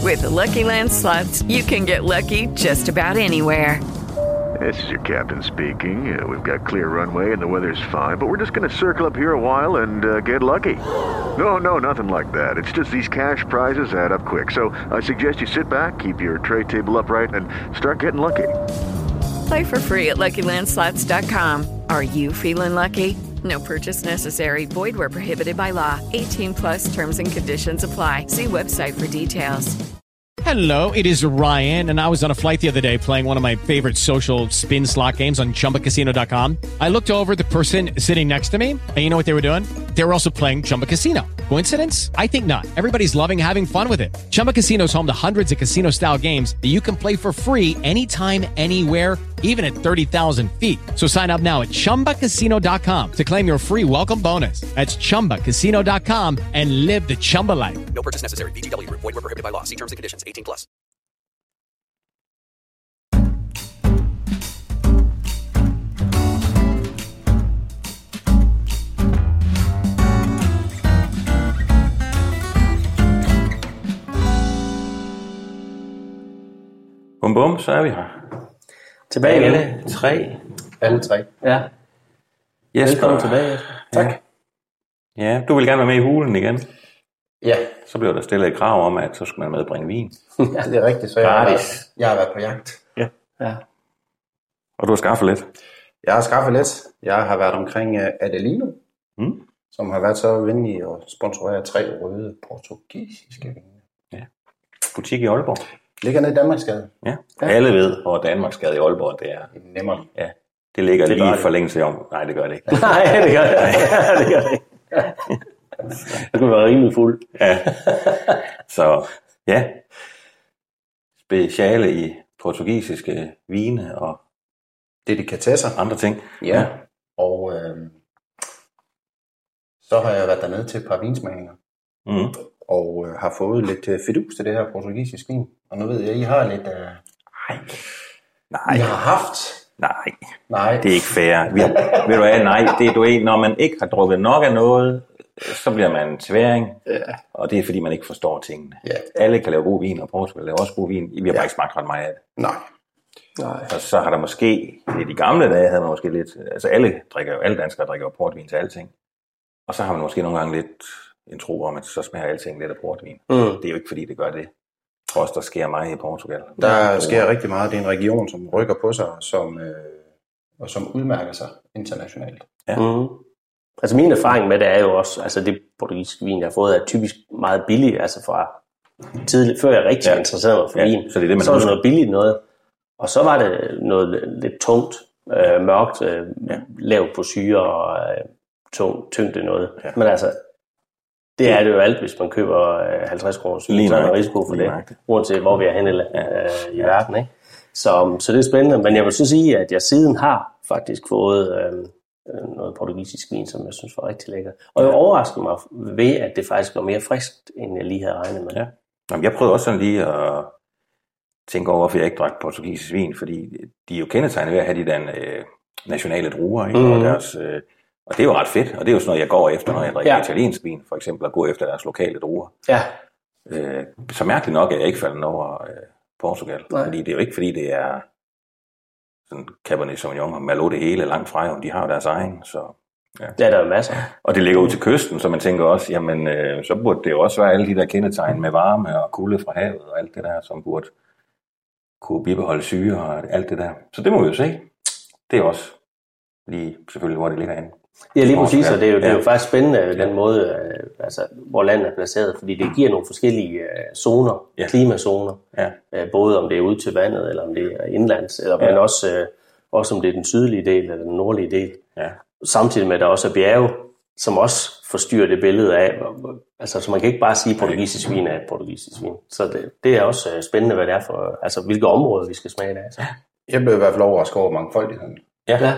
With the Lucky Land Slots, you can get lucky just about anywhere. This is your captain speaking. We've got clear runway and the weather's fine, but we're just going to circle up here a while and get lucky. No, nothing like that. It's just these cash prizes add up quick. So I suggest you sit back, keep your tray table upright, and start getting lucky. Play for free at LuckyLandSlots.com. Are you feeling lucky? No purchase necessary. Void where prohibited by law. 18 plus terms and conditions apply. See website for details. Hello, it is Ryan, and I was on a flight the other day playing one of my favorite social spin slot games on ChumbaCasino.com. I looked over at the person sitting next to me, and you know what they were doing? They were also playing Chumba Casino. Coincidence? I think not. Everybody's loving having fun with it. Chumba Casino is home to hundreds of casino-style games that you can play for free anytime, anywhere, even at 30,000 feet. So sign up now at ChumbaCasino.com to claim your free welcome bonus. That's ChumbaCasino.com and live the Chumba life. No purchase necessary. VGW. Void where prohibited by law. See terms and conditions. 18 plus. Bum bum, så er vi her. Tilbage igen. Alle tre. Ja. Jesper. Velkommen tilbage. Tak. Ja, du vil gerne være med i hulen igen. Ja. Så blev der stillet et krav om, at så skulle man medbringe vin. Ja, det er rigtigt. Så jeg har været på jagt. Ja. Og du har skaffet lidt. Jeg har skaffet lidt. Jeg har været omkring Adelino, som har været så venlig at sponsorere 3 røde portugisiske vine. Ja. Butik i Aalborg. Ligger nede i Danmarksgade. Ja. Alle ved, hvor Danmarksgade i Aalborg det er. Nemmere. Ja. Det ligger det lige i forlængelse om. Nej, det gør det ikke. Nej, det gør det ikke. Det gør det ikke. Det kunne være rimelig fuld. Ja. Så ja. Speciale i portugisiske vine og delikatesser. Andre ting. Ja. Og så har jeg været dernede til et par vinsmagninger. Og har fået lidt fidus til det her portugisisk vin. Og nu ved jeg, I har lidt... Nej. I har haft... Nej, det er ikke fair. Ved du hvad, nej, det er du ikke. Når man ikke har drukket nok af noget, så bliver man tværing. Ja. Og det er fordi, man ikke forstår tingene. Ja. Alle kan lave god vin, og Portugal laver også god vin. Vi har bare ikke smagt ret meget af det. Nej. Og så har der måske, i de gamle dage havde man måske lidt, altså alle danskere drikker jo portvin til alting. Og så har man måske nogle gange lidt en tro om, at så smager alting lidt af portvin. Det er jo ikke fordi, det gør det. Trods der sker meget i Portugal. Der sker rigtig meget. Det er en region, som rykker på sig, og som udmærker sig internationalt. Ja. Altså min erfaring med det er jo også, altså det portugisiske vin, jeg har fået, er typisk meget billigt, altså fra tidligt, før jeg rigtig interesserede mig for vin. Så det er det, så var det noget billigt noget. Og så var det noget lidt tungt, mørkt, lavt på syre og tyngde noget. Ja. Men altså, det er det jo alt, hvis man køber 50 kroner, så er der risiko for det, uanset hvor vi er henne i verden. Ikke? Så det er spændende, men jeg vil så sige, at jeg siden har faktisk fået noget portugisisk vin, som jeg synes var rigtig lækkert. Og jeg overraskede mig ved, at det faktisk var mere friskt, end jeg lige havde regnet med. Ja. Jamen, jeg prøvede også sådan lige at tænke over, hvorfor jeg ikke drak portugisisk vin, fordi de er jo kendetegnet ved at have de der nationale druer, ikke? Og deres... Og det er jo ret fedt, og det er jo sådan noget, jeg går efter, når jeg drikker italiensk vin, for eksempel, at gå efter deres lokale druer. Ja. Så mærkeligt nok, at jeg ikke faldet over Portugal. Nej. Fordi det er jo ikke, fordi det er sådan Cabernet Sauvignon og Merlot det hele langt fra, om de har deres egen. Så, ja. Det er der jo masser. Og det ligger ud til kysten, så man tænker også, jamen, så burde det jo også være alle de der kendetegn med varme og kulde fra havet og alt det der, som burde kunne bibeholde syre og alt det der. Så det må vi jo se. Det er også lige selvfølgelig, hvor det ligger henne. Ja, lige præcis, og det er jo faktisk spændende den måde, altså, hvor landet er placeret, fordi det giver nogle forskellige zoner, klimazoner, både om det er ude til vandet, eller om det er indlands, eller men også om det er den sydlige del eller den nordlige del. Ja. Samtidig med, at der også er bjerge, som også forstyrrer det billede af, altså så man kan ikke bare sige, at portugisisk vin er et portugisisk vin. Så det er også spændende, hvad det er for, altså hvilke områder vi skal smage af. Altså. Jeg blev i hvert fald overrasket over mangfoldigheden. Ja.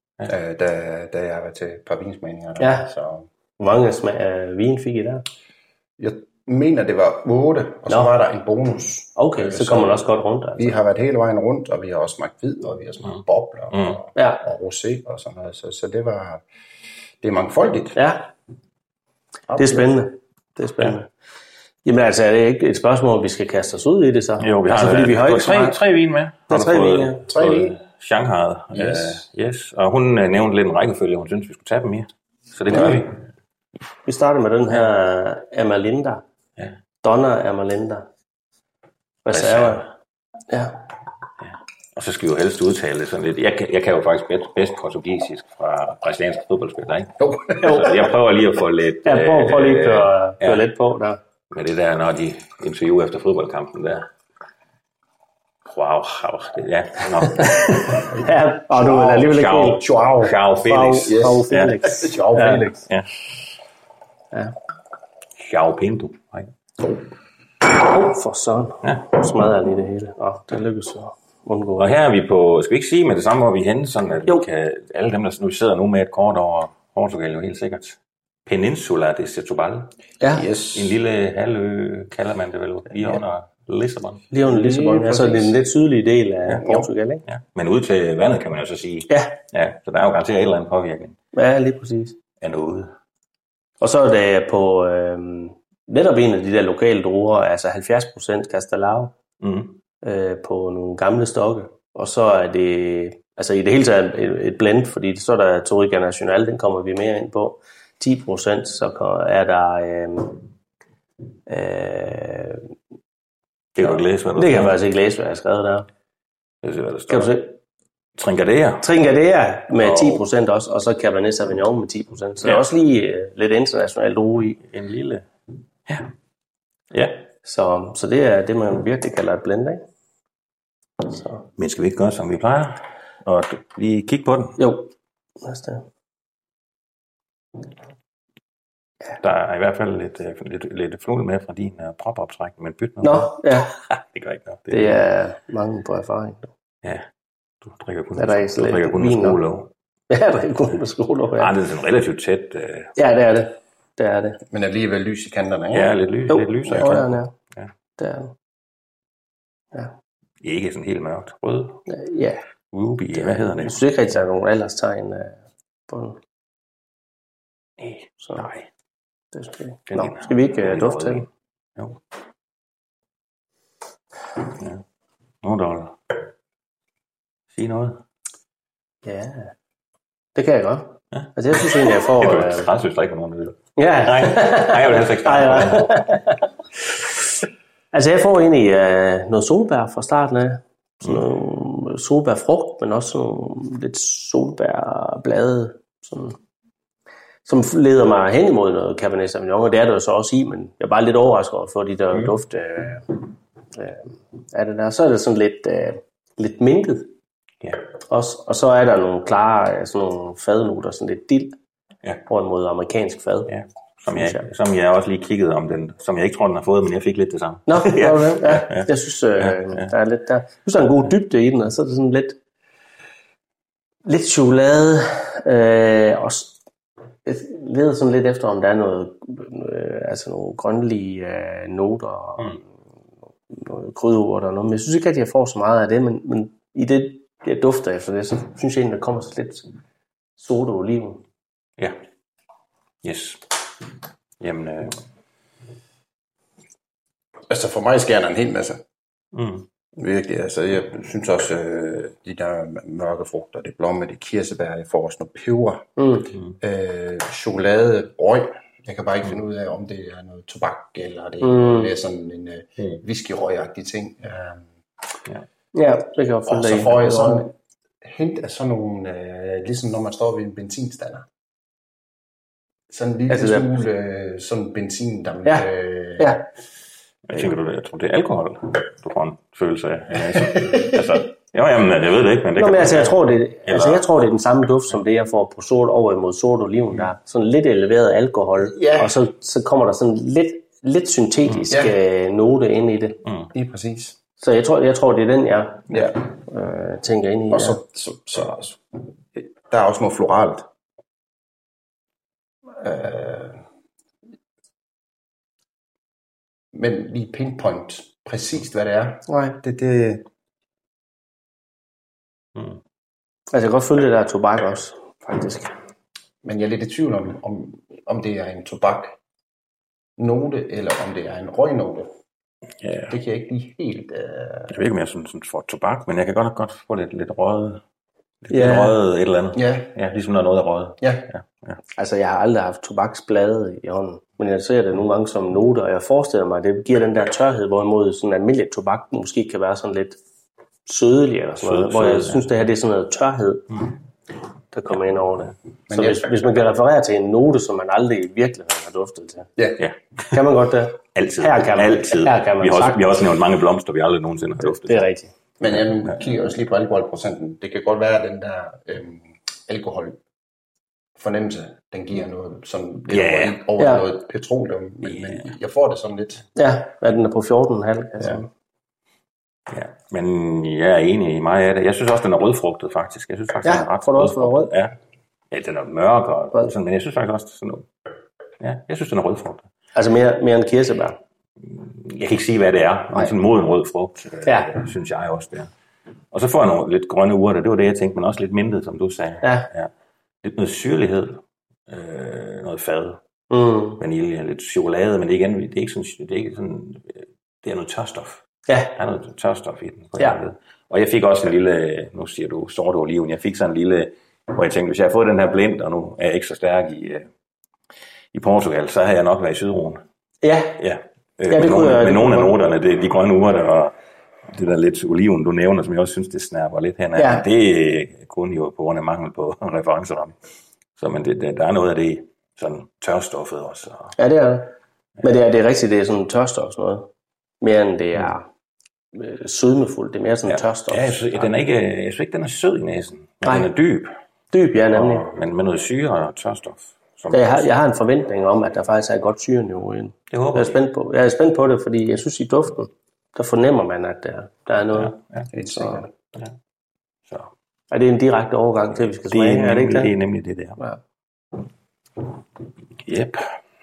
Da jeg var til et par vinsmagninger. Ja. Så. Hvor mange vin fik I der? Jeg mener, det var 8, og så var der en bonus. Okay, så kommer man også godt rundt. Altså. Vi har været hele vejen rundt, og vi har også smagt hvid, og vi har smagt bobler og rosé og sådan noget. Så det er mangfoldigt. Ja, det er spændende. Det er spændende. Jamen altså, er det ikke et spørgsmål, vi skal kaste os ud i det så? Jo, vi har altså, fordi vi har ikke tre vin med. Der er 3 vin, ja. 3 vin. Shanghai. Yes. Og hun nævnte lidt en rækkefølge, hun synes, vi skulle tage dem i. Så det gør vi. Vi starter med den her Ermelinda. Ja. Donna Ermelinda. Reserve. Ja. Og så skal vi jo helst udtale det sådan lidt. Jeg kan jo faktisk bedst portugisisk fra brasilianske fodboldspillere, ikke? Jo. Så jeg prøver lige at få lidt... Jeg prøver lige at køre lidt på der. Med det der, når de interviewer efter fodboldkampen der. Wow. Ja, no. Ja, og du er alligevel ikke helt... Joao Felix. Joao Felix. Ja. Joao Pinto. For sådan. Ja. Smadrer lige det hele. Det lykkes så. Undgå. Og her er vi på, skal vi ikke sige med det samme, hvor vi er henne, sådan at vi kan, alle dem, der nu sidder nu med et kort over Portugal, jo helt sikkert. Peninsula de Setúbal. Ja. Yes. En lille halvø, kalder man det vel, lige under Lissabon. Lige under Lissabon, ja, så er det en lidt sydlige del af Portugal, ikke? Ja, men ud til vandet kan man jo så sige. Ja. Så der er jo garanteret et eller andet påvirkning. Ja, lige præcis. Af noget. Og så er det på netop en af de der lokale druer, altså 70% Castelao, på nogle gamle stokke. Og så er det, altså i det hele taget et blend, fordi så er der Touriga Nacional, den kommer vi mere ind på. 10%, så er der... det kan du ikke læse, hvad der det kan jeg faktisk ikke læse, hvad jeg har skrevet der. Jeg ser, hvad der står. Kan du se? Tringadera med 10% også, og så Cabernet Sauvignon med 10%. Så der er også lige lidt international druge i. En lille... Ja. Så det er det, man virkelig kalder et blend, ikke? Så. Men skal vi ikke gøre, som vi plejer? Og lige kigge på den? Jo. Næste. Der er i hvert fald lidt flod med fra din propoptrækning, men byt noget. Nå, ja. Det gør ikke noget. Det er mange på erfaring. Ja, du drikker kun med skruelåg. Ja, der er kun med skruelåg, ja. Nej, det er sådan relativt tæt. Ja, det er det. Det er det. Men alligevel lys i kanterne, ikke? Ja, lidt lysere i kanterne. Ja, det er det. Ja. Ikke sådan helt mørkt. Rød. Ja. Ruby, hvad hedder det? Jeg synes ikke rigtig, der er nogen alderstegn på den. Nej. Det skal vi. Nå, skal vi ikke dufte til den? Jo. Ja. $9. Sige noget? Ja, det kan jeg godt. Ja. Altså, jeg synes egentlig, jeg får... Jeg synes, der ikke er nogen lytter. Ja. Nej, jeg vil helst ikke starte. Altså, jeg får egentlig noget solbær fra starten af. Sådan noget solbærfrugt, men også sådan nogle lidt solbærblade, som leder mig hen imod noget Cabernet Sauvignon, og det er det jo så også i, men jeg er bare lidt overrasket over at få de der duft af det der. Så er det sådan lidt mintet. Ja. Også, og så er der nogle klare sådan nogle fadnoter, sådan lidt dild, rundt mod amerikansk fad. Ja. Som jeg også lige kiggede om den, som jeg ikke tror, den har fået, men jeg fik lidt det samme. Nå, ja. Jeg synes, der er lidt der. Jeg synes, der er en god dybde i den, og så er det sådan lidt chokolade, og jeg leder sådan lidt efter, om der er noget, altså nogle grønlige noter og noget krydderurter og noget, men jeg synes ikke, at jeg får så meget af det, men i det, jeg dufter efter det, så synes jeg egentlig, der kommer så lidt soda og oliven. Ja. Yes. Jamen, altså for mig sker der en hel masse. Virkelig, altså jeg synes også, de der mørke frugter, det blomme, det kirsebær, jeg får også noget peber, chokolade, røg. Jeg kan bare ikke finde ud af, om det er noget tobak, eller det er sådan en whisky-røg-agtig ting. Ja, det kan jeg og så får jeg sådan hint af sådan nogle, ligesom når man står ved en benzinstander. Sådan en lille smule sådan benzin, der ja. Jeg tænker, jeg tror, det er alkohol, du får en følelse af. Altså, jamen, jeg ved det ikke, men det men altså, jeg tror, det er den samme duft, som det, jeg får på sort over imod sort oliven, der er sådan lidt eleveret alkohol, og så kommer der sådan lidt syntetisk note ind i det. Lige præcis. Så jeg tror, det er den, jeg tænker ind i. Og så der er også noget floralt. Men lige pinpoint præcist, hvad det er. Nej. Det. Altså, jeg kan godt følge det der tobak også, faktisk. Men jeg er lidt i tvivl om det er en tobak. note, eller om det er en røgnote. Ja. Det kan jeg ikke lige helt... Jeg ved ikke, om jeg sådan får tobak, men jeg kan godt få lidt røget. Lidt røget et eller andet. Ja, ligesom når noget er røget. Ja. Altså, jeg har aldrig haft tobaksblade i hånden, men jeg ser det nogle gange som noter, og jeg forestiller mig, at det giver den der tørhed, hvorimod sådan almindelig tobak måske kan være sådan lidt sødelig eller sådan noget, hvor jeg synes, det her det er sådan noget tørhed, der kommer ind over det. Så hvis man kan referere til en note, som man aldrig i virkeligheden har duftet til, kan man godt det? Altid. Her kan man vi har også nævnt mange blomster, vi aldrig nogensinde har duftet. Det er rigtigt. Men jeg kigger også lige på alkoholprocenten. Det kan godt være, at den der alkoholfornemmelse, den giver noget sådan lidt over noget petroleum. Men jeg får det sådan lidt... Ja, at den er på 14,5. Altså. Ja, men jeg er enig i meget af det. Jeg synes også, den er rødfrugtet, faktisk. Jeg synes faktisk, den er ret rød. Ja, den er mørk og sådan, men jeg synes faktisk også, sådan noget. Ja, jeg synes, den er rødfrugtet. Altså mere end kirsebær? Jeg kan ikke sige, hvad det er. Men sådan moden rød frugt, synes jeg også, det er. Og så får jeg nogle lidt grønne urter. Det var det, jeg tænkte, men også lidt mintet, som du sagde. Ja. Lidt noget syrlighed. Noget fad. Vanilje, lidt chokolade, men det er ikke sådan, det er noget tørstof. Ja. Der er noget tørstof i den. Og jeg fik også en lille, nu siger du sorte oliven, jeg fik sådan en lille, hvor jeg tænkte, hvis jeg har fået den her blind, og nu er jeg ikke så stærk i Portugal, så har jeg nok været i Sydruen. Ja. Med nogle af noterne, det er de grønne urter, og det der lidt oliven, du nævner, som jeg også synes, det snapper lidt hen af. Ja. Det er kun jo på grund af mangel på referenceramme. Så men der er noget af det sådan tørstoffet også. Ja, det er det. Men det er rigtigt, det er sådan tørstof sådan noget. Mere end det er sødmefuldt. Det er mere sådan tørstof. Ja, jeg synes ikke, den er sød i næsen. Men den er dyb. Dyb, ja, nemlig. Men med noget syre og tørstof. Jeg har en forventning om, at der faktisk er et godt syreniveau i den. Det håber jeg er spændt på det, fordi jeg synes, i duften, der fornemmer man, at der er noget. Så. Er det en direkte overgang til, at vi skal smage? Er det ikke det? Det er nemlig det der. Ja. Yep.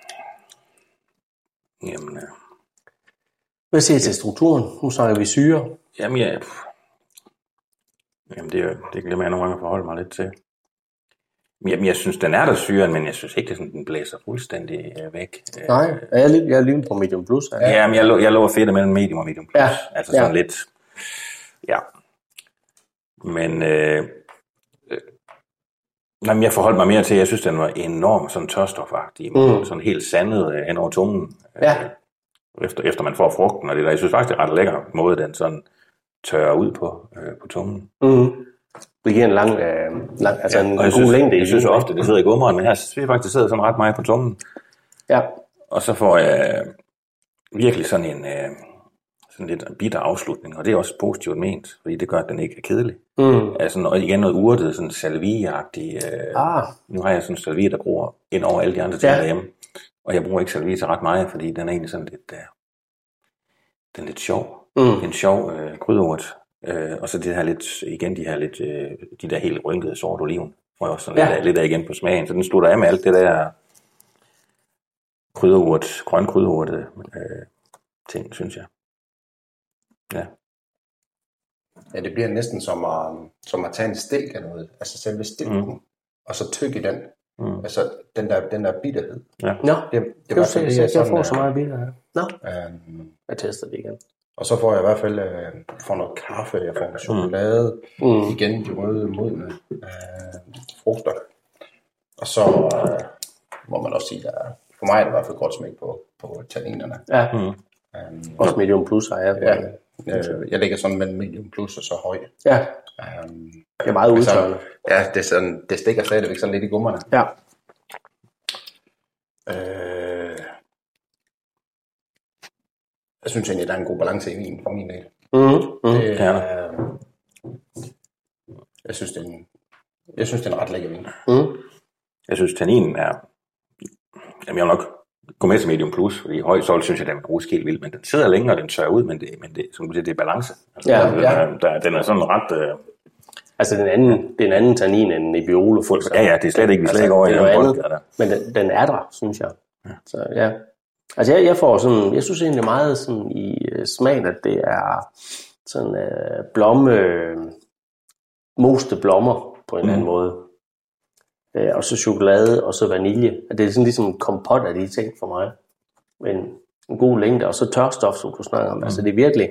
Jamen... Hvad siger I til strukturen? Nu snakker vi syre. Jamen det glemmer jeg nogle gange at forholde mig lidt til. Jamen, jeg synes, den er der syren, men jeg synes ikke, det sådan, den blæser fuldstændig væk. Nej, jeg er lige på medium plus. Ja, men jeg lover fedt mellem medium og medium plus. Ja. Altså sådan lidt... Ja. Men... jeg forholdt mig mere til, jeg synes, den var enormt sådan tørstofagtig. Sådan helt sandet hen over tungen. Ja. Efter man får frugten og det der. Jeg synes faktisk, det er ret lækker måde, den sådan tørrer ud på tungen. Det giver en lang altså en god længde. Jeg synes ofte, det sidder i gummeren, men her synes jeg faktisk, det sidder sådan ret meget på tungen. Ja. Og så får jeg virkelig sådan en sådan lidt bitter afslutning, og det er også positivt ment, fordi det gør, at den ikke er kedelig. Altså, og igen noget urtet, sådan salvie-agtig. Nu har jeg sådan en salvie, der gror ind over alle de andre ting derhjemme. Og jeg bruger ikke salvie til ret meget, fordi den er egentlig sådan lidt, den er lidt sjov. En sjov krydderurt. Og så det her lidt, igen de her lidt, de der helt rynkede sort oliven, får jeg også sådan lidt af igen på smagen. Så den slutter af med alt det der krydderurt, grøn krydderurte ting, synes jeg. Ja. Ja, det bliver næsten som at tage en stilk af noget, altså selve stilken, og så tygge den. Altså den der bitterhed. Ja. Jeg får så meget bitterhed. Jeg tester det igen. Og så får jeg i hvert fald noget kaffe, jeg får chokolade, igen de røde modne frugter. Og så må man også sige, at for mig er det i hvert fald godt smæk på tanninerne. Ja. Også medium plus har jeg. Jeg ligger sådan mellem medium plus og så høj. Ja. Det er meget udtørrende. Ja, det er sådan, det stikker stadigvæk sådan lidt i gummerne. Ja. Jeg synes egentlig, der er en god balance i vinen for min del. Jeg synes, det er en ret lækker vin. Jeg synes, tanninen er... Jamen, jeg vil nok gå med til medium plus, fordi i høj sol synes jeg, den er rusk helt vildt, men den sidder længere, og den tørrer ud, men det, som du siger, det er balance. Altså, den er sådan ret... Altså, det er en anden tannin end Nebbiolo. Ja, det er slet ikke, vi slet ikke over i den bold. Men den er der, synes jeg. Ja. Så ja. Altså, jeg får sådan, jeg synes egentlig meget sådan i smagen, at det er sådan moste blommer på en eller anden måde. Og så chokolade, og så vanilje. Det er sådan ligesom en kompot af de ting for mig. en god længde, og så tørstof, som du snakker om. Altså det er virkelig,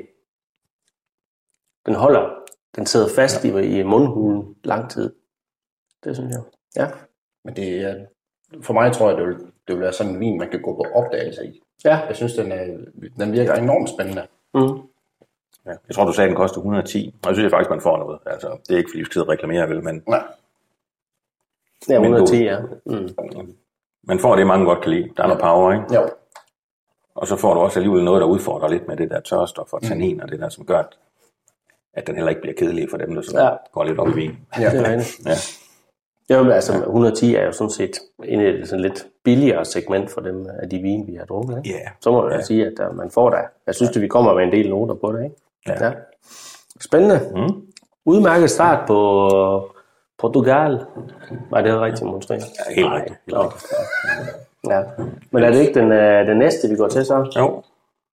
den sidder fast i mundhulen lang tid. Det synes jeg. Ja. Men det er, for mig tror jeg, det vil være sådan en vin, man kan gå på opdagelse i. Ja. Jeg synes, den virker enormt spændende. Ja. Jeg tror, du sagde, at den koster 110. Og jeg synes faktisk, man får noget. Altså, det er ikke, fordi vi skal reklamere, vel, men... Nej. Ja, 110, ja. Man får det, mange godt kan lide. Der er noget power, ikke? Jo. Og så får du også alligevel noget, der udfordrer lidt med det der tørstof og tannin og det der, som gør, at den heller ikke bliver kedelig for dem, der så går lidt op i vin. Ja, det er rigtigt. Ja. Jo, men altså 110 er jo sådan set et sådan lidt billigere segment for dem af de vin, vi har drukket. Ikke? Yeah. Så må jeg sige, at man får der. Jeg synes, at vi kommer med en del noter på det. Ikke? Ja. Spændende. Udmærket start på Portugal. Var det rigtigt, Montré? Ja, helt rigtigt. Ja. Men er det ikke den næste, vi går til så? Jo.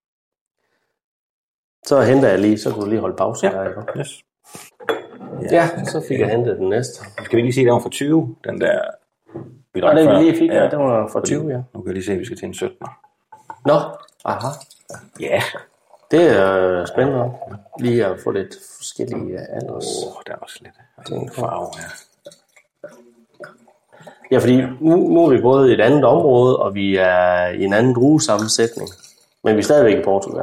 Så henter jeg lige, så kan du lige holde pause der. Ikke? Yes. Ja, så fik jeg hentet den næste. Skal vi lige sige, at den var for 20, den der... Vi og den vi lige fik, den var for 20, ja. Nu kan jeg lige se, at vi skal til en 17. Nå, aha. Ja. Det er spændende lige at få lidt forskellige alders. Der er også lidt en farve her. Ja, fordi nu er vi både i et andet område, og vi er i en anden druesammensætning. Men vi er stadigvæk i Portugal.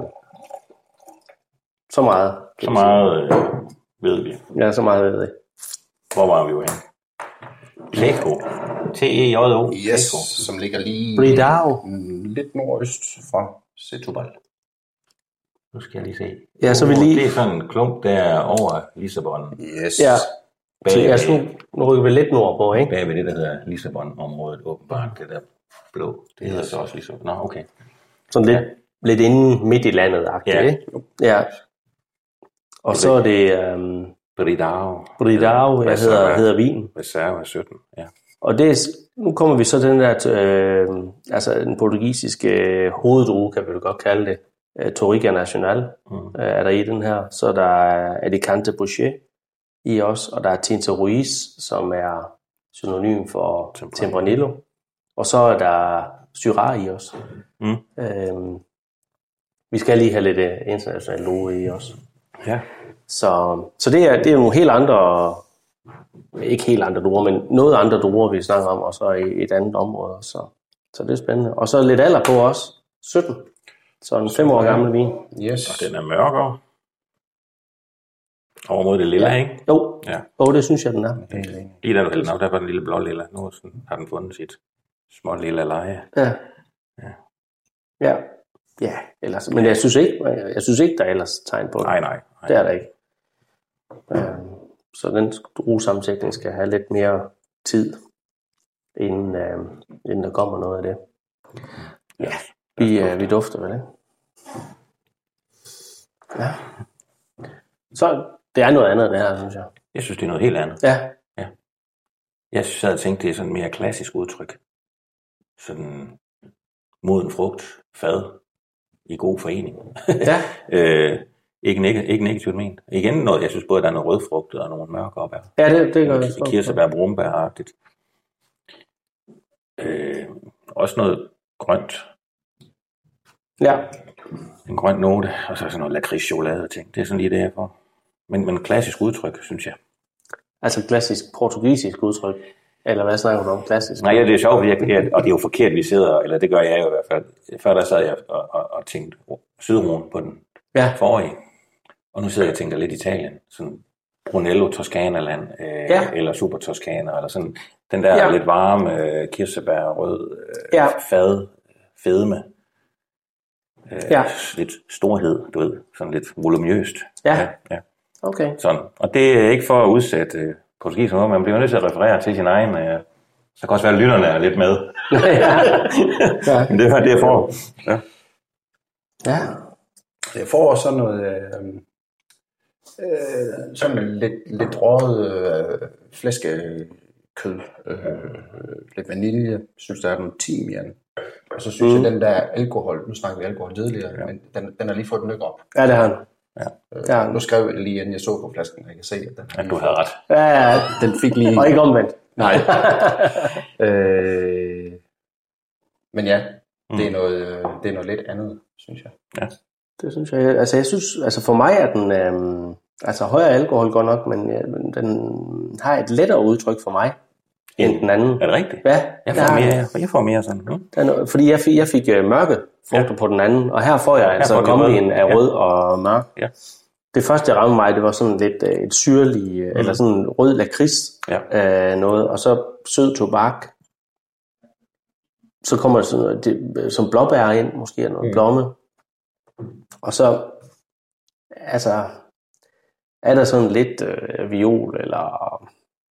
Så meget. Så meget ved vi. Ja, så meget ved vi. Hvor var vi jo henne? Tejo. T-E-J-O. Yes, som ligger lige Bridao. Lidt nordøst fra Setúbal. Nu skal jeg lige se. Ja, så vi lige... Det er sådan en klump der over Lissabon. Yes. Ja. Så nu rykker vi lidt nordpå, ikke? Bag ved det, der hedder Lissabon-området, åbenbart. Det der blå. Det hedder så også Lissabon. Nå, okay. Sådan lidt inde midt i landet-agtigt, ikke? Ja. Og så er det... Bridao, jeg hedder vin. Reserve 17, ja. Og nu kommer vi så til den der, altså den portugisiske hoveddrue, kan vi jo godt kalde det, Touriga Nacional, er der i den her. Så der er Alicante Boucher i os, og der er Tinta Ruiz, som er synonym for Tempranillo. Og så er der Syrah i os. Vi skal lige have lidt international loge i os. Ja. Så det er nogle helt andre, ikke helt andre druer, men noget andre druer, vi snakker om, og så i et andet område. Så det er spændende. Og så lidt alder på os. 17. Så en 5 år gammel vin. Yes. Og den er mørkere. Over mod det lilla, ikke? Jo. Ja. Det synes jeg, den er. Lige da du hældte op, der var den lille blå lilla. Nu har den fundet sit små lilla leje. Ja, ellers. Men jeg synes ikke, der er ellers tegn på det. Nej. Det er der ikke. Så den druesammensætning skal have lidt mere tid, inden der kommer noget af det. Ja, vi dufter vel, ikke? Ja. Så det er noget andet, det her, synes jeg. Jeg synes, det er noget helt andet. Ja. Jeg sad og tænkte, det er sådan mere klassisk udtryk. Sådan moden frugt, fad, i god forening. Ja. Ikke negativt ment. Igen noget, jeg synes både, der er noget rødfrugt og nogle mørke op her. Ja, det gør det. Kirsebær, brumbær-agtigt. Også noget grønt. Ja. En grøn note, og så sådan noget lakridschokolade ting. Det er sådan lige det, jeg får. Men klassisk udtryk, synes jeg. Altså klassisk portugisisk udtryk? Eller hvad snakker du om? Klassisk? Nej, det er sjovt, og det er jo forkert, vi sidder, eller det gør jeg jo i hvert fald. Før der sad jeg og tænkte Sydruen på den forrige. Og nu sidder jeg og tænker lidt Italien. Sådan Brunello Toscana-land, eller Super Toscana, eller sådan. Den der lidt varme kirsebær, rød, fedme. Lidt storhed, du ved. Sådan lidt voluminøst. Ja. Okay. Sådan. Og det er ikke for at udsætte portugiser, man bliver nødt til at referere til sin egen. Så kan også være, at lytterne er lidt med. Men det er det, jeg får. Ja. Jeg får også sådan noget sådan lidt røget flæskekød, lidt vanilje. Jeg synes, der er noget timian. Og så synes jeg, den der alkohol, nu snakker vi alkohol tidligere, men den har lige fået den nyk op. Ja, det har den. Ja. Nu skrev jeg det lige, inden jeg så på flasken, og jeg kan se, at den har du havde ret. Ja, den fik lige... Og ikke omvendt. Nej. Men ja, Det er noget lidt andet, synes jeg. Ja. Det synes jeg. Altså jeg synes, for mig er den, højere alkohol godt nok, men den har et lettere udtryk for mig end den anden. Er det rigtigt? Ja. Jeg får mere sådan. Fordi jeg fik mørke frugter på den anden, og her får jeg kombinen af rød og mørk. Ja. Det første, der ramte mig, det var sådan lidt et syrlig, eller sådan rød lakrids noget, og så sød tobak. Så kommer der sådan noget, som blåbær ind, måske noget blomme. Og så, er der sådan lidt viol, eller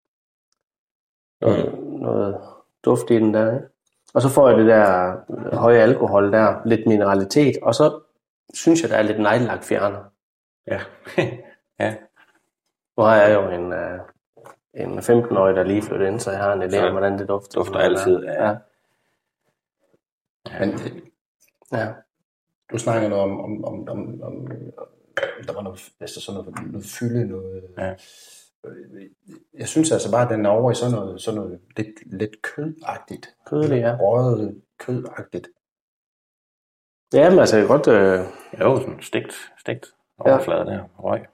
noget duft i den der, ikke? Og så får jeg det der høje alkohol der, lidt mineralitet, og så synes jeg, der er lidt neglelakfjerner. Ja. Ja. Nu har jeg jo en 15-årig, der lige flyttede ind, så jeg har en idé om, hvordan det dufter. Dufter altid. Ja. Men du snakker noget om der var noget, sådan noget fylde, noget. Ja. Jeg synes altså bare, at den er over i sådan noget lidt kødagtigt. Kødligt, ja. Røget kødagtigt. Ja, men altså, jeg kan godt... Jo, sådan stegt overflade der, røg.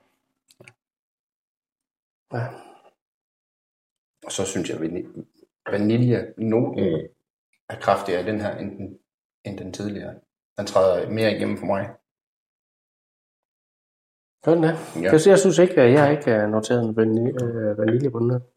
Ja. Og så synes jeg, at vanilje-noten er kraftigere i den her, end den tidligere. Den træder mere igennem for mig. Gør den det? Ja. Jeg synes ikke, at jeg har ikke noteret en vanilje på den her.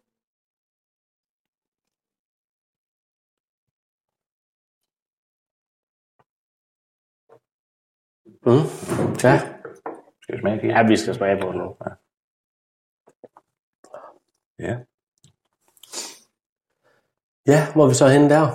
Ja. Skal vi smage på? Ja, vi skal smage på den nu. Ja. Ja, hvor er vi så henne der?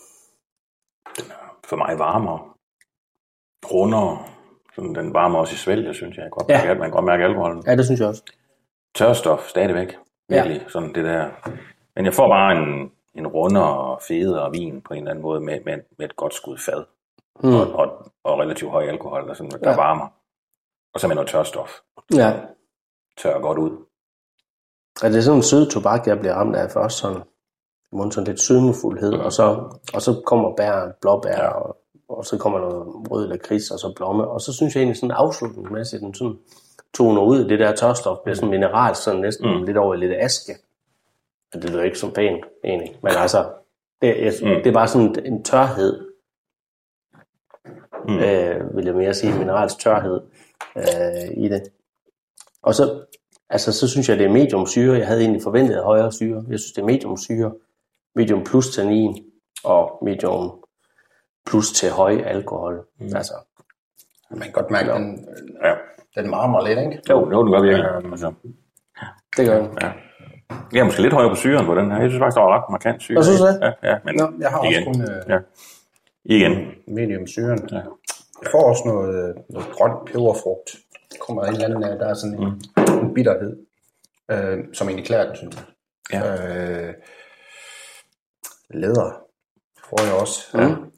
For mig varmere. Rundere. Sådan, den varmer også i svælget, synes jeg. Man kan godt mærke alkoholen. Ja, det synes jeg også. Tørstof stadigvæk. Virkelig. Sådan det der. Men jeg får bare en rundere, federe vin på en eller anden måde med et godt skud fad. Og relativt høj alkohol, der varmer. Og så med noget tørstof. Ja. Tør godt ud. Er det sådan en sød tobak, jeg bliver ramt af først? Sådan lidt sødmefuldhed, og så kommer bær, blåbær, og så kommer noget rød lakrids, og så blomme. Og så synes jeg egentlig sådan afslutningsmæssigt, den sådan toner ud, det der tørstof bliver sådan mineral, sådan næsten lidt over i lidt aske. Det lyder ikke så pænt, egentlig. Men altså, det er bare sådan en tørhed, vil jeg mere sige, minerals tørhed i det. Og så, så synes jeg, det er medium syre. Jeg havde egentlig forventet højere syre. Jeg synes, det er medium syre, medium plus tannin, og medium plus til høj alkohol. Altså, man kan godt mærke, den marmer lidt, ikke? Jo, den gør virkelig. Det gør den. Ja. Jeg er måske lidt højere på syren på den her. Jeg synes faktisk, der var ret markant syre. Hvad synes du? Ja, men jeg har igen. også kun igen. medium syren. Ja. Jeg får også noget grønt peberfrugt. Der kommer en eller anden, der er sådan en bitterhed, som egentlig klæder den, synes jeg. Ja. Læder får jeg også.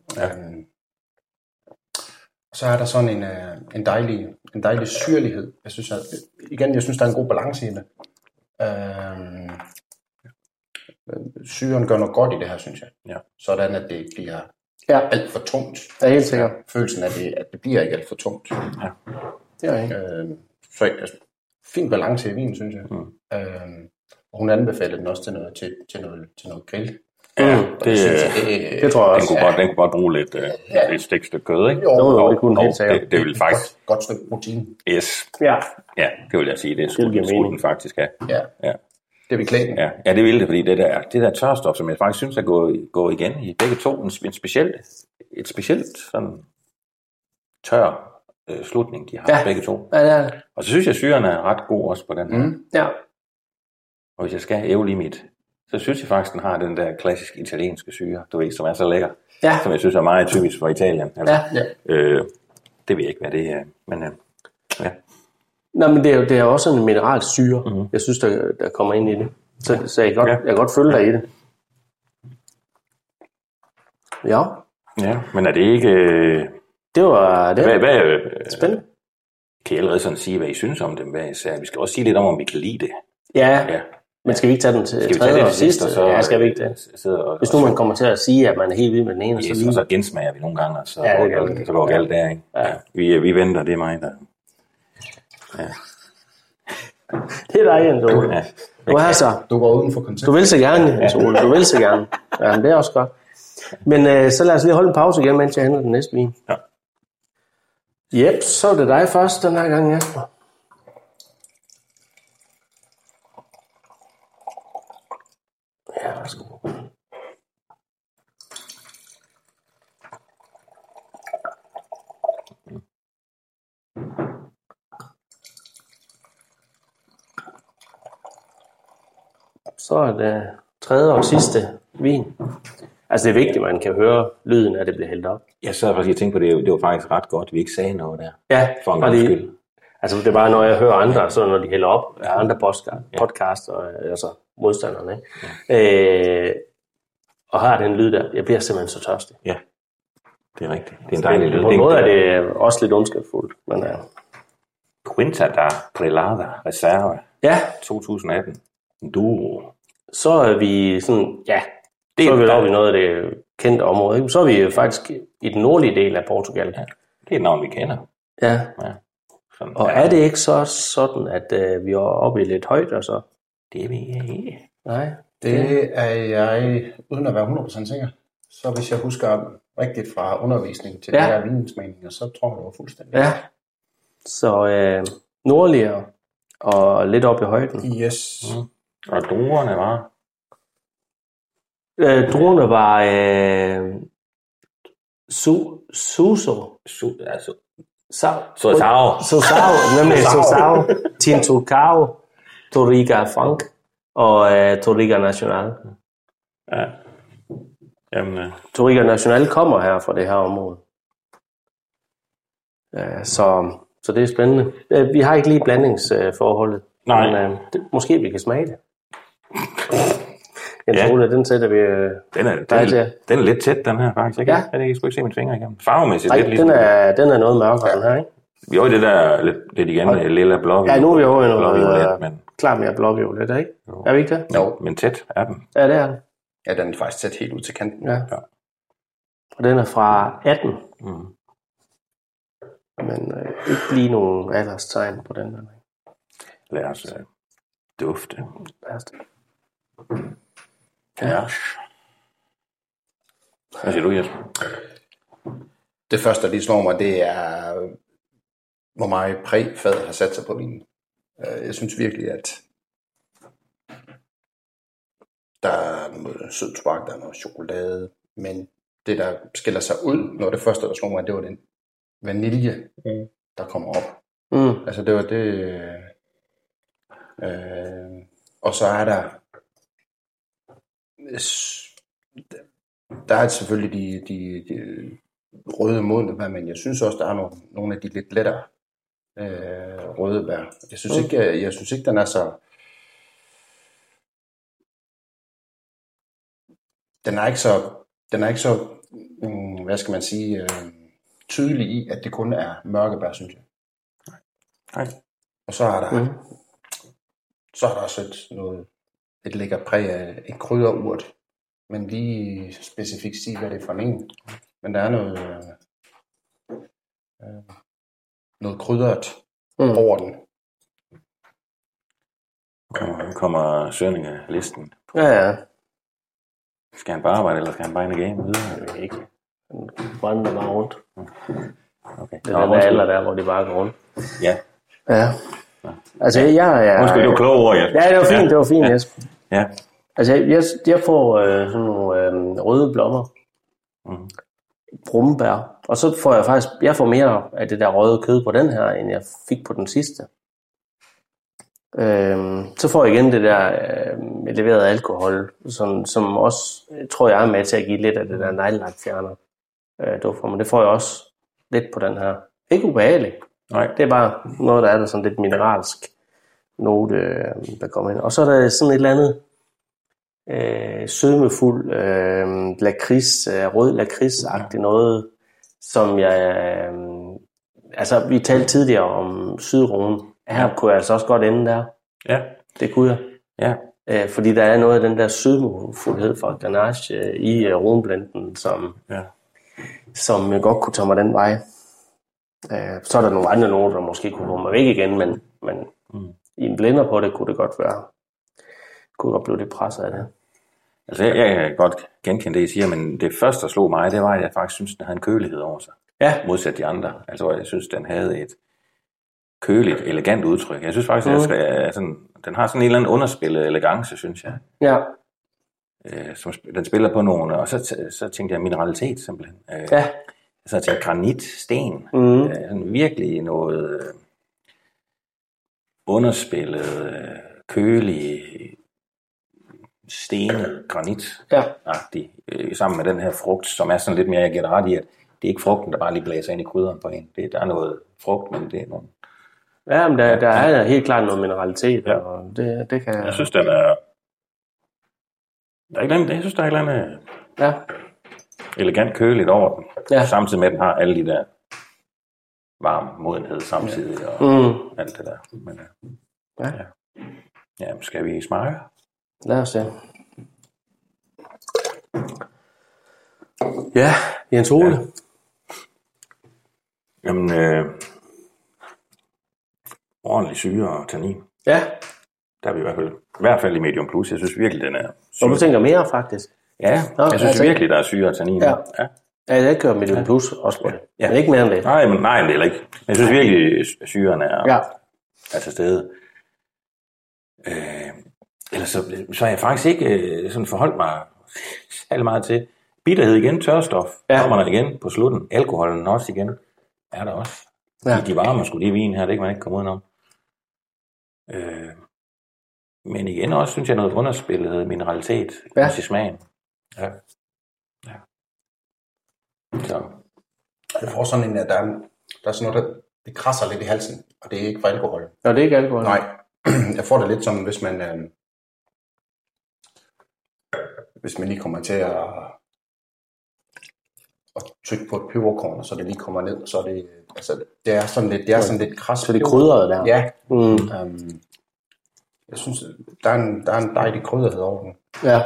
Og så er der sådan en dejlig syrlighed. Jeg synes, der er en god balance i det. Syren gør noget godt i det her, synes jeg. Ja. Sådan, at det ikke bliver alt for tungt. Det er helt sikkert. Følelsen af, at det bliver ikke alt for tungt. Ja. Det er ikke. Så fin balance i vinen, synes jeg. Og hun anbefalede den også til noget grill. Ja, det tror jeg også. Den kunne godt bruge lidt et stegt stykke kød, ikke? Jo, det kunne den helt sikkert. Det vil faktisk... Godt stykke protein. Yes. Ja, det vil jeg sige. Det skulle den faktisk have. Ja. Det vil klæde den. Ja, det vil det, fordi det der tørstof, som jeg faktisk synes er gået igen i begge to, et specielt sådan tør slutning, de har begge to. Ja, det er det. Og så synes jeg, syren er ret god også på den her. Ja. Og hvis jeg skal ævle i mit, så synes jeg faktisk, den har den der klassiske italienske syre, du ved, som er så lækker. Ja. Som jeg synes er meget typisk for Italien. Altså, det ved jeg ikke, hvad det er, men ja. Nå, men det er også en mineralsyre, jeg synes, der kommer ind i det. Så jeg kan godt følge dig i det. Ja. Ja, men er det ikke... Det var spændende. Kan I allerede sådan sige, hvad I synes om dem? Hvad I siger? Vi skal også sige lidt om vi kan lide det. Ja. Men skal vi ikke tage den til tredje og sidste? Ja, skal vi ikke det? Hvis nu man kommer til at sige, at man er helt vild med den ene, yes, så gensmager vi nogle gange, og så går galt der, ikke? Ja. Vi venter, det er mig, der... Ja. Det er dig, Jens Ole. Ja. Du er så. Du går uden for koncept. Du vil så gerne, Jens Ole. Du vil så gerne. Ja, men det er også godt. Men så lad os lige holde en pause igen, mens jeg henter den næste vin. Ja. Jep, så er det dig først den her gang, Jesper. Ja, værsgo. Så er det tredje og sidste vin. Altså det er vigtigt, at man kan høre lyden, at det bliver hældt op. Jeg sad faktisk og tænkte på, det var faktisk ret godt, at vi ikke sagde noget der. Ja, for en gang skyld. Altså det er bare, når jeg hører andre, så når de hælder op af andre podcasts, altså modstanderne, ikke? Ja. Og har den lyd der, jeg bliver simpelthen så tørstig. Ja, det er rigtigt. Det er en dejlig lyd. På en måde er det også lidt ondskabsfuldt. Men, Quinta da Prelada Reserva. Ja. 2018. Duo. Så er vi sådan, så er vi oppe i noget af det kendte område. Ikke? Så er vi faktisk i den nordlige del af Portugal. Ja, det er et navn, vi kender. Ja. Sådan, og er det ikke så sådan, at vi er oppe i lidt højt og så? Det er vi ikke. Nej. Det er jeg, uden at være 100% sikker. Så hvis jeg husker rigtigt fra undervisning til de her vinsmeninger, så tror jeg, det var fuldstændig. Ja. Så nordligere og lidt op i højden. Yes. Mm. Og druerne var? Druerne var Suso. Sosao, Tintucao, Toriga Franc og Toriga Nacional. Ja. Jamen, Toriga Nacional kommer her fra det her område. Så det er spændende. Vi har ikke lige blandingsforholdet. Nej. Men måske vi kan smage det. Den sætter vi... Den er lidt tæt, den her faktisk. Ikke? Ja. Jeg skulle ikke se mine fingre igennem. Farvemæssigt lidt ligesom. Den er noget mørkere, den her, ikke? Vi er jo i det der lidt igen, lille blå. Ja, nu er vi over i noget klart mere blåviolet, ikke? Jo. Er vi ikke det? Jo, men tæt er den. Ja, det er den. Ja, den er faktisk tæt helt ud til kanten. Ja. Og den er fra 18. Mm. Men ikke lige nogen alderstegn på den her. Lad os dufte. Lad os det. Ja. Hvad siger du, Jesper? Det første, der lige slår mig, det er, hvor meget præg fadet har sat sig på vinen. Jeg synes virkelig, at der er noget sød tobak, der er noget chokolade, men det, der skiller sig ud, når det første, der slår mig, det var den vanilje, der kommer op. Mm. Altså, det var det... og så er der er selvfølgelig de røde modne, men jeg synes også, der er nogle af de lidt lettere røde bær. Jeg synes ikke, den er så... Den er ikke så hvad skal man sige, tydelig i, at det kun er mørkebær, synes jeg. Nej. Og så er der også et lækkert præg af en krydderurt, men lige specifikt sige, hvad det er for en. Men der er noget krydderet over den. Kommer Sønninge-listen. Ja. Skal han bare arbejde, eller skal han bare ind i game videre? Jeg ved ikke. Han brænder bare rundt. Okay. Det er den alder der, hvor de bare går rundt. Ja. Altså, jeg måske det var kloge ord, ja. Ja, det var fint, det var fint, Jesper. Ja. Altså, jeg får sådan nogle røde blommer. Brumbær. Og så får jeg får mere af det der røde kød på den her, end jeg fik på den sidste. Så får jeg igen det der leveret alkohol, som også, tror jeg, er med til at give lidt af det der neglelakfjerner duft for mig. Det får jeg også lidt på den her. Ikke ubehageligt. Nej. Det er bare noget, der er der sådan lidt mineralsk note, der kommer ind. Og så er der sådan et eller andet sødmefuld lakrids, rød lakrids-agtigt noget, som jeg... altså, vi talte tidligere om Sydrhône. Her kunne jeg altså også godt ende der. Ja. Det kunne jeg. Ja. Fordi der er noget af den der sødmodfuldhed fra Grenache i runblenden, som godt kunne tage mig den vej. Så er der nogle andre noter, der måske kunne få mig væk igen, men i en blender på det kunne det godt være. Kunne godt blive lidt presset af det. Altså, jeg kan godt genkende det, I siger, men det første, der slog mig, det var, at jeg faktisk synes, den havde en kølighed over sig. Ja. Modsat de andre. Altså, jeg synes, den havde et køligt, elegant udtryk. Jeg synes faktisk, at den har sådan en eller anden underspillet elegance, synes jeg. Ja. Som den spiller på nogle, og så tænkte jeg mineralitet simpelthen. Ja. Så jeg tænkte granit, sten. Sådan virkelig noget underspillet, kølig, stenet granit-agtig, sammen med den her frugt, som er sådan lidt mere, jeg giver ret i, at det er ikke frugten, der bare lige blæser ind i krydderen på en. Der er noget frugt, men det er nogle... Ja, men der er helt klart noget mineralitet, og det kan... Jeg synes, den er... Der er ikke andet, jeg synes, der er et eller andet elegant køligt over den. Ja. Samtidig med, at den har alle de der varm modenhed samtidig, og alt det der. Men, ja, skal vi smage? Lad os se. Ja, Jens Ole. Ja. Jamen, ordentlig syre og tannin. Ja. Der er vi i hvert fald i medium plus. Jeg synes virkelig, den er syre. Og du tænker mere, faktisk? Ja, jeg synes virkelig, der er syre og tannin. Ja, jeg kører medium plus også på det. Ja. Men ikke mere end det. Nej, det er heller ikke. Jeg synes virkelig, syren er til stede. Ellers så er jeg faktisk ikke sådan forholdt mig særlig meget til. Bitterhed igen, tørstof, kommer der igen på slutten. Alkoholen også igen, er der også. Ja. De varmer sgu lige vin her, det kan man ikke komme udenom. Men igen også, synes jeg, noget underspillet mineralitet i smagen. Ja. Så. Jeg får sådan en, at der er sådan noget, det krasser lidt i halsen, og det er ikke fra alkohol. Nå, det er ikke alkohol? Nej, jeg får det lidt som, hvis man lige kommer til at trykke på et peberkorn, så det lige kommer ned, så det, altså, det er sådan lidt kras. Så det krydret der? Ja. Jeg synes, der er en dejlig krydderhed over den. Ja.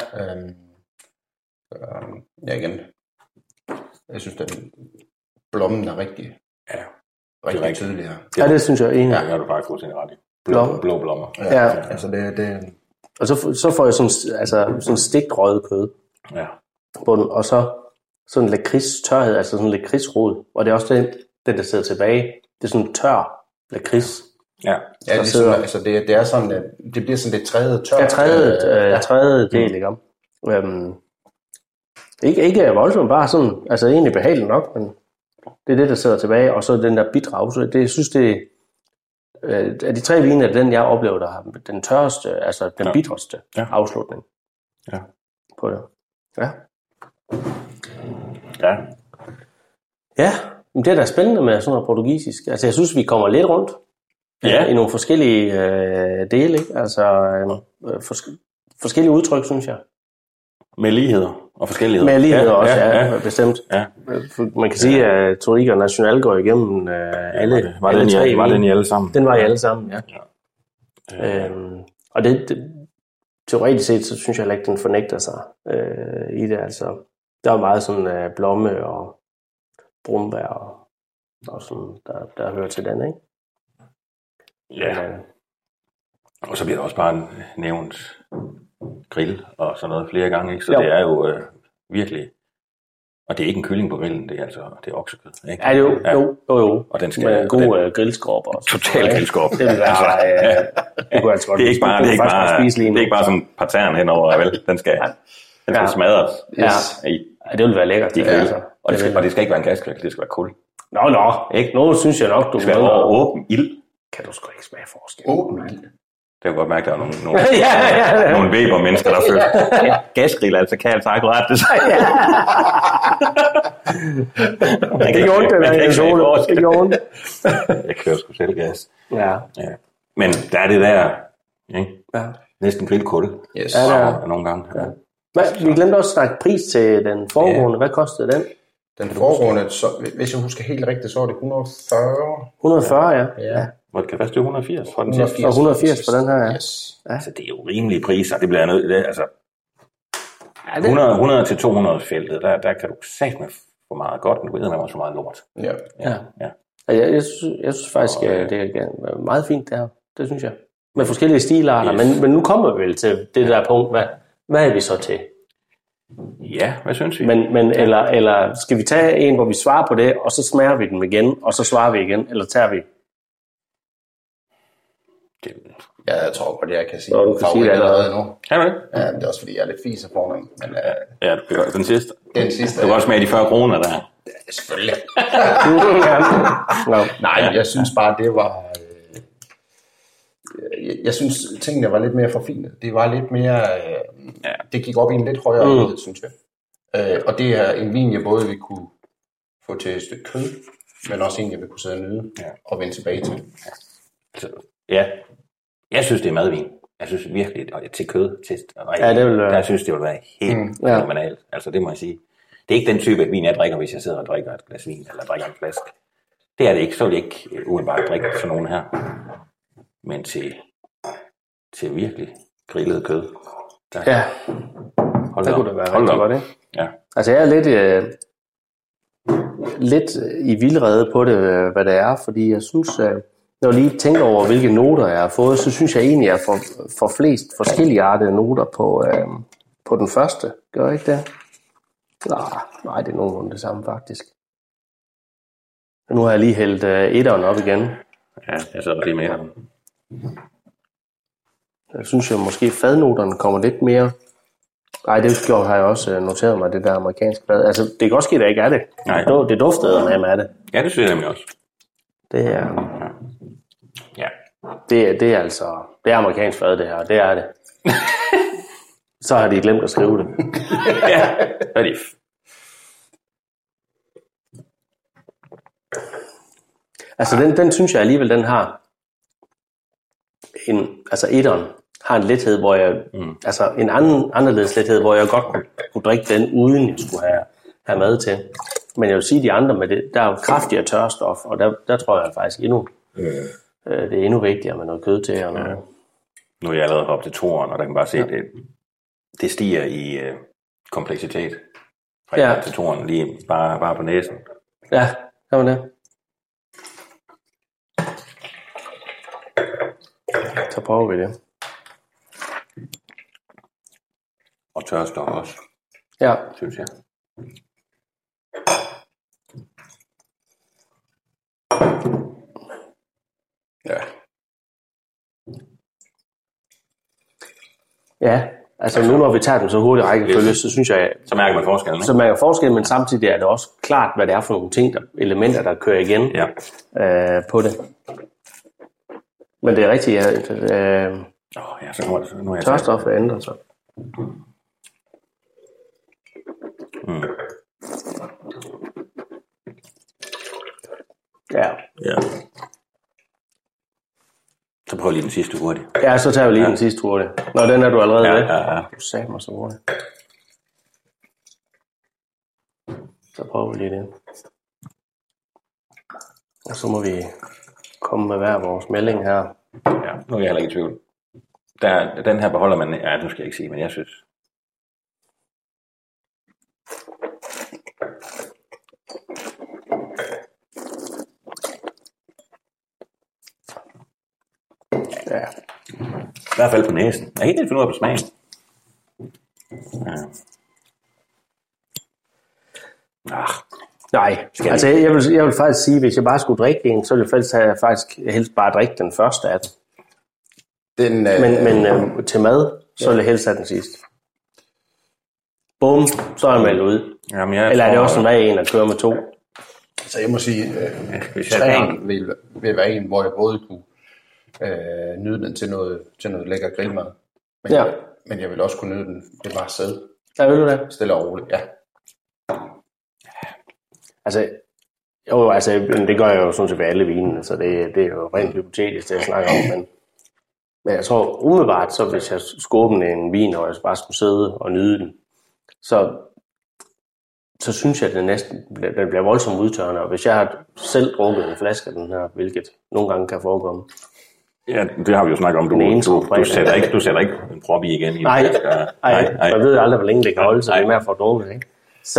Igen. Jeg synes, den blommen er rigtig tydelig her. Ja, det synes jeg egentlig. Ja, det har du faktisk fuldstændig ret i. Blå blommer. Ja. Altså det. Og så får jeg sådan stegt røget kød. Ja. På den, og så sådan en lakrids tørhed, altså sådan en lakridsrod. Og det er også den der sidder tilbage. Det er sådan en tør lakrids. Ja, ligesom, altså det er sådan, det bliver sådan lidt tredje tør. Ja, tredje del, ikke om? Ikke voldsomt, bare sådan, altså egentlig behageligt nok, men det er det, der sidder tilbage, og så den der bidrag. Så det, jeg synes, det af de tre vine er den, jeg oplever, der har den tørreste, altså den bitreste afslutning på det. Ja. Ja. Ja, men det er da spændende med sådan noget portugisisk. Altså, jeg synes, vi kommer lidt rundt i nogle forskellige dele, ikke? Altså, forskellige udtryk, synes jeg. Med ligheder og forskelligheder. Med ligheder også, bestemt. Ja. Man kan sige, at Touriga National går igennem alle tre. Var den i alle sammen? Den var i alle sammen, ja. Og det teoretisk set, så synes jeg ikke, den fornægter sig i det. Altså, der er meget sådan blomme og brumbær og sådan, der hører til den, ikke? Ja. Og så bliver der også bare nævnt grill og sådan noget flere gange, ikke? Så det er jo virkelig... Og det er ikke en kylling på grillen, det er oksekød, ikke? Ja, jo. Og den skal... Med en god grillskorp også. Total grillskorp. Det vil være... Det kunne altså godt. Det er ikke bare sådan parteren henover, vel? Den skal smadres. Ja, det vil være lækkert. Og det skal ikke være en gasgrill, det skal være kul. Nå, ikke? Nu synes jeg nok, du skal være åben ild. Kan du sgu ikke smage forskel? Åben ild? Det kan godt mærke, at der er nogle Weber-mennesker, der føler. Gasgrill altså kan altså akkurat det sig. Det gjorde ondt, det der. Det gjorde ondt. Jeg kører sgu selv gas. Ja. Men der er det der, ikke? Ja. Næsten grillkutte. Yes. Nogle gange. Ja. Vi glemte også at snakke pris til den foregående. Hvad kostede den? Den foregående, så, hvis jeg husker helt rigtigt, så var det 140. 140, ja. Hvor det kan faktisk 180 for den 180 for den her, ja. Yes. Ja. Altså, det er jo rimelige priser, det bliver jeg nødt til. Altså, Ja, det... 100 til 200 feltet, der kan du satme for meget godt, men du ved, man også for meget lort. Ja. Ja. Jeg synes faktisk, at det er meget fint, det her. Det synes jeg. Med forskellige stilarter, men nu kommer vi vel til det der punkt. Hvad er vi så til? Ja, hvad synes vi? Men eller skal vi tage en, hvor vi svarer på det, og så smager vi den igen, og så svarer vi igen, eller tager vi? Ja, jeg tror godt, jeg kan sige. Nå, du kan sige det allerede nu. Kan du det? Ja, det er også fordi, jeg er lidt fiser for den. Men, Ja, du kan den sidste. Den sidste. Du kan også smage de 40 kroner der. Ja, selvfølgelig. No. Nej, jeg synes bare, det var... Jeg synes, tingene var lidt mere forfinet. Det var lidt mere... Det gik op i en lidt højere enhed, synes jeg. Og det er en vin, jeg både vil kunne få til et stykke kød, men også en, jeg vil kunne sidde og nyde og vende tilbage til. Ja, jeg synes, det er madvin. Jeg synes virkelig, og til kød, der synes det vil være helt fenomenalt. Altså, det må jeg sige. Det er ikke den type af vin, jeg drikker, hvis jeg sidder og drikker et glas vin, eller drikker en flaske. Det er det ikke, så vil jeg ikke umiddelbart drikke sådan nogen her. Men til virkelig grillet kød. Der kunne det være rigtig godt, ikke? Ja. Altså, jeg er lidt i vildrede på det, hvad det er, fordi jeg synes, når jeg lige tænker over, hvilke noter jeg har fået, så synes jeg egentlig, at jeg får flest forskellige artede noter på den første. Gør jeg ikke det? Nej, det er nogenlunde det samme, faktisk. Nu har jeg lige hældt etteren op igen. Ja, jeg sidder lige med etteren. Jeg synes jo måske, fadnoterne kommer lidt mere... Nej, det har jeg også noteret mig, det der amerikanske fad. Altså, det kan også ske, at der ikke er det. Nej. Det duftede med det. Ja, det synes jeg nemlig også. Det er... Ja. Det er altså... Det er amerikansk fad, det her. Det er det. Så har de glemt at skrive det. Ja, det er de. Altså, den synes jeg alligevel, den har... etteren har en lethed, hvor jeg... Altså, en anderledes lethed, hvor jeg godt kunne drikke den, uden jeg skulle have mad til. Men jeg vil sige, de andre med det, der er jo kraftigere tørstof, og der tror jeg faktisk endnu... det er endnu vigtigere med noget kød til. Og noget. Nu er jeg allerede op til toeren, og der kan bare se, at det stiger i kompleksitet. Fra til toeren, lige bare på næsen. Ja, gør man det. Så prøver vi det. Og tørstof også. Ja. Synes jeg. Ja. Ja, altså nu når vi tager den så hurtigt rækkefølge, så synes jeg... Så mærker man forskellen, ikke? Så mærker forskellen, men samtidig er det også klart, hvad det er for nogle ting, elementer, der kører igen på det. Men det er rigtigt, så nu er jeg tørstoffet ændrer sig. Ja. Så prøv lige den sidste hurtigt. Ja, så tager vi lige den sidste hurtigt. Nå, den er du allerede ved. Ja. Du sagde mig så hurtigt. Så prøver vi lige det. Og så må vi komme med hver vores melding her. Ja, nu er jeg heller ikke i tvivl. Den her beholder man... Ja, nu skal jeg ikke sige, men jeg synes... Ja. I hvert fald på næsen. Jeg kan ikke finde ud af på smagen. Ja. Nej, altså jeg vil faktisk sige, hvis jeg bare skulle drikke en, så ville jeg faktisk helst bare drikke den første af den. Men til mad, så vil jeg helst have den sidste. Bum, så er jeg meldt ud. Jamen, eller er det også en en, der kører med to? Så jeg må sige, træeren vil være en, hvor jeg både kunne nyde den til noget lækker grillmad. Men jeg vil også kunne nyde den, det bare sæd. Ja, vil du det? Stille og roligt, ja. Altså, det gør jeg jo sådan set ved alle vinen, så det er jo rent hypotetisk, det jeg snakker om, men jeg tror umiddelbart, så hvis jeg skulle åbne en vin, og jeg bare skulle sidde og nyde den, så så synes jeg, at den bliver voldsomt udtørrende. Og hvis jeg har selv drukket en flaske af den her, hvilket nogle gange kan forekomme. Ja, det har vi jo snakket om. Du sætter ikke en prop i igen. Nej. Man ved aldrig, hvor længe det kan holde sig med at få drukket. Ikke?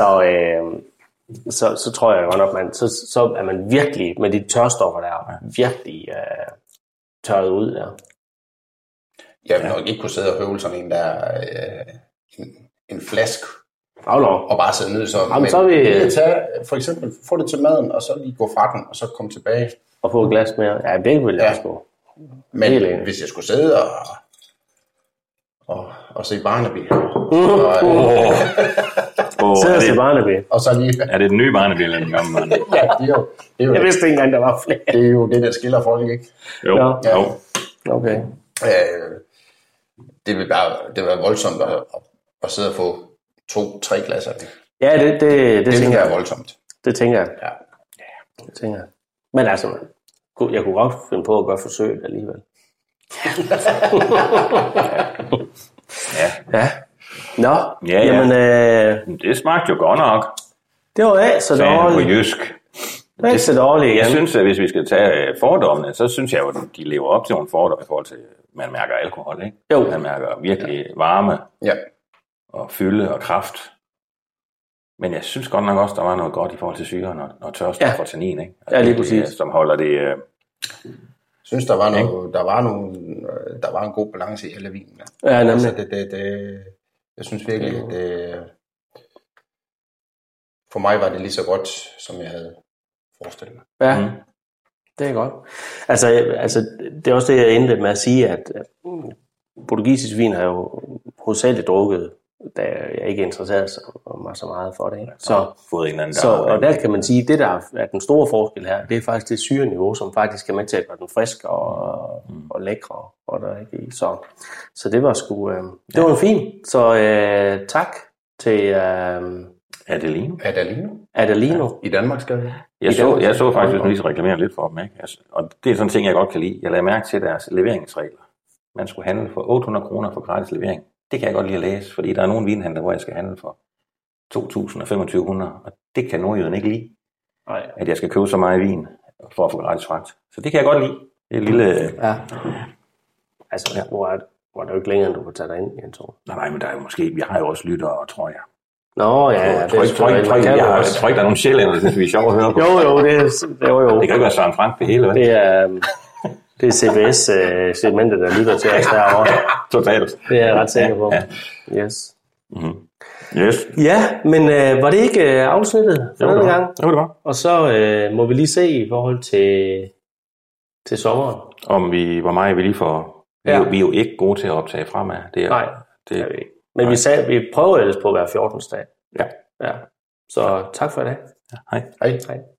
Så tror jeg godt nok, så er man virkelig, med de tørstoffer der, virkelig tørret ud der. Jeg vil nok ikke kunne sidde og høvle sådan en der, en flaske, og bare sidde ned sådan. Jamen, så vi for eksempel, få det til maden, og så lige gå fra den, og så komme tilbage. Og få et glas mere. Ja, det vil jeg også gå. Men hvis jeg skulle sidde og se Barnaby. Sidde og se Barnaby. Og så lige... Er det den nye Barnaby eller den gamle Barnaby? Ja, det er jo jeg vidste ikke engang, der var flere. Det er jo det, der skiller folk, ikke? Jo. Okay. Det vil være voldsomt at sidde og få 2-3 glasser. Ja, det tænker jeg. Voldsomt. Det tænker jeg. Ja. Det tænker jeg. Men altså, jeg kunne godt finde på at gøre forsøget alligevel. Ja. Nå, jamen... Det smagte jo godt nok. Det var ikke så dårligt. På jysk. Det var ikke så dårligt igen. Jeg synes, at hvis vi skal tage fordommene, så synes jeg jo, at de lever op til nogle fordomme i forhold til, man mærker alkohol, ikke? Jo. Man mærker virkelig varme og fylde og kraft. Men jeg synes godt nok også, der var noget godt i forhold til syren og tørstof og tannin, ikke? Ja, lige præcis. Som holder det... Jeg synes, der var en god balance i alle vinene. Ja, nemlig. Altså, jeg synes virkelig, at for mig var det lige så godt, som jeg havde forestillet mig. Ja, det er godt. Altså, det er også det, jeg endte med at sige, at portugisisk vin har jo hovedsageligt drukket, da jeg ikke interesserede mig så meget for det. Ikke? Fået en anden og der kan man sige, at det der er den store forskel her, det er faktisk det syreniveau, som faktisk er med til at gøre den frisk og lækre. Og der ikke i. Så det var sgu, det var fint. Så tak til Adelino. I Danmark skal vi. Jeg så faktisk, at vi reklamere lidt for dem, ikke? Og det er sådan en ting, jeg godt kan lide. Jeg lagde mærke til deres leveringsregler. Man skulle handle for 800 kroner for gratis levering. Det kan jeg godt lide at læse, fordi der er nogle vinhandler, hvor jeg skal handle for 2.000 og 2.500, og det kan nordjyden ikke lide. Nej. At jeg skal købe så meget vin for at få gratis fragt. Så det kan jeg godt lide. Det er et lille... Ja. Altså, hvor er det jo ikke længere, end du kan tage dig ind i en tog? Nej, men der er jo måske... Vi har jo også lyttere, tror jeg. Nå, ja. Jeg tror ikke, der er nogle sjældent, der synes, vi er sjov at høre på. Jo, det kan ikke være Søren Frank det hele, vel? Det er CBS-segmentet, der lytter til os derovre. Totalt. Det er jeg ret sikker på. Ja. Yes. Mm-hmm. Yes. Ja, men var det ikke afsnittet for denne gang? Jo, det var. Og så må vi lige se i forhold til sommeren. Hvor meget vi lige får... Vi er jo ikke gode til at optage fremad. Nej, det er vi ikke. Men vi prøver ellers på at være 14. dag. Ja. Så tak for i dag. Ja, hej. Hej.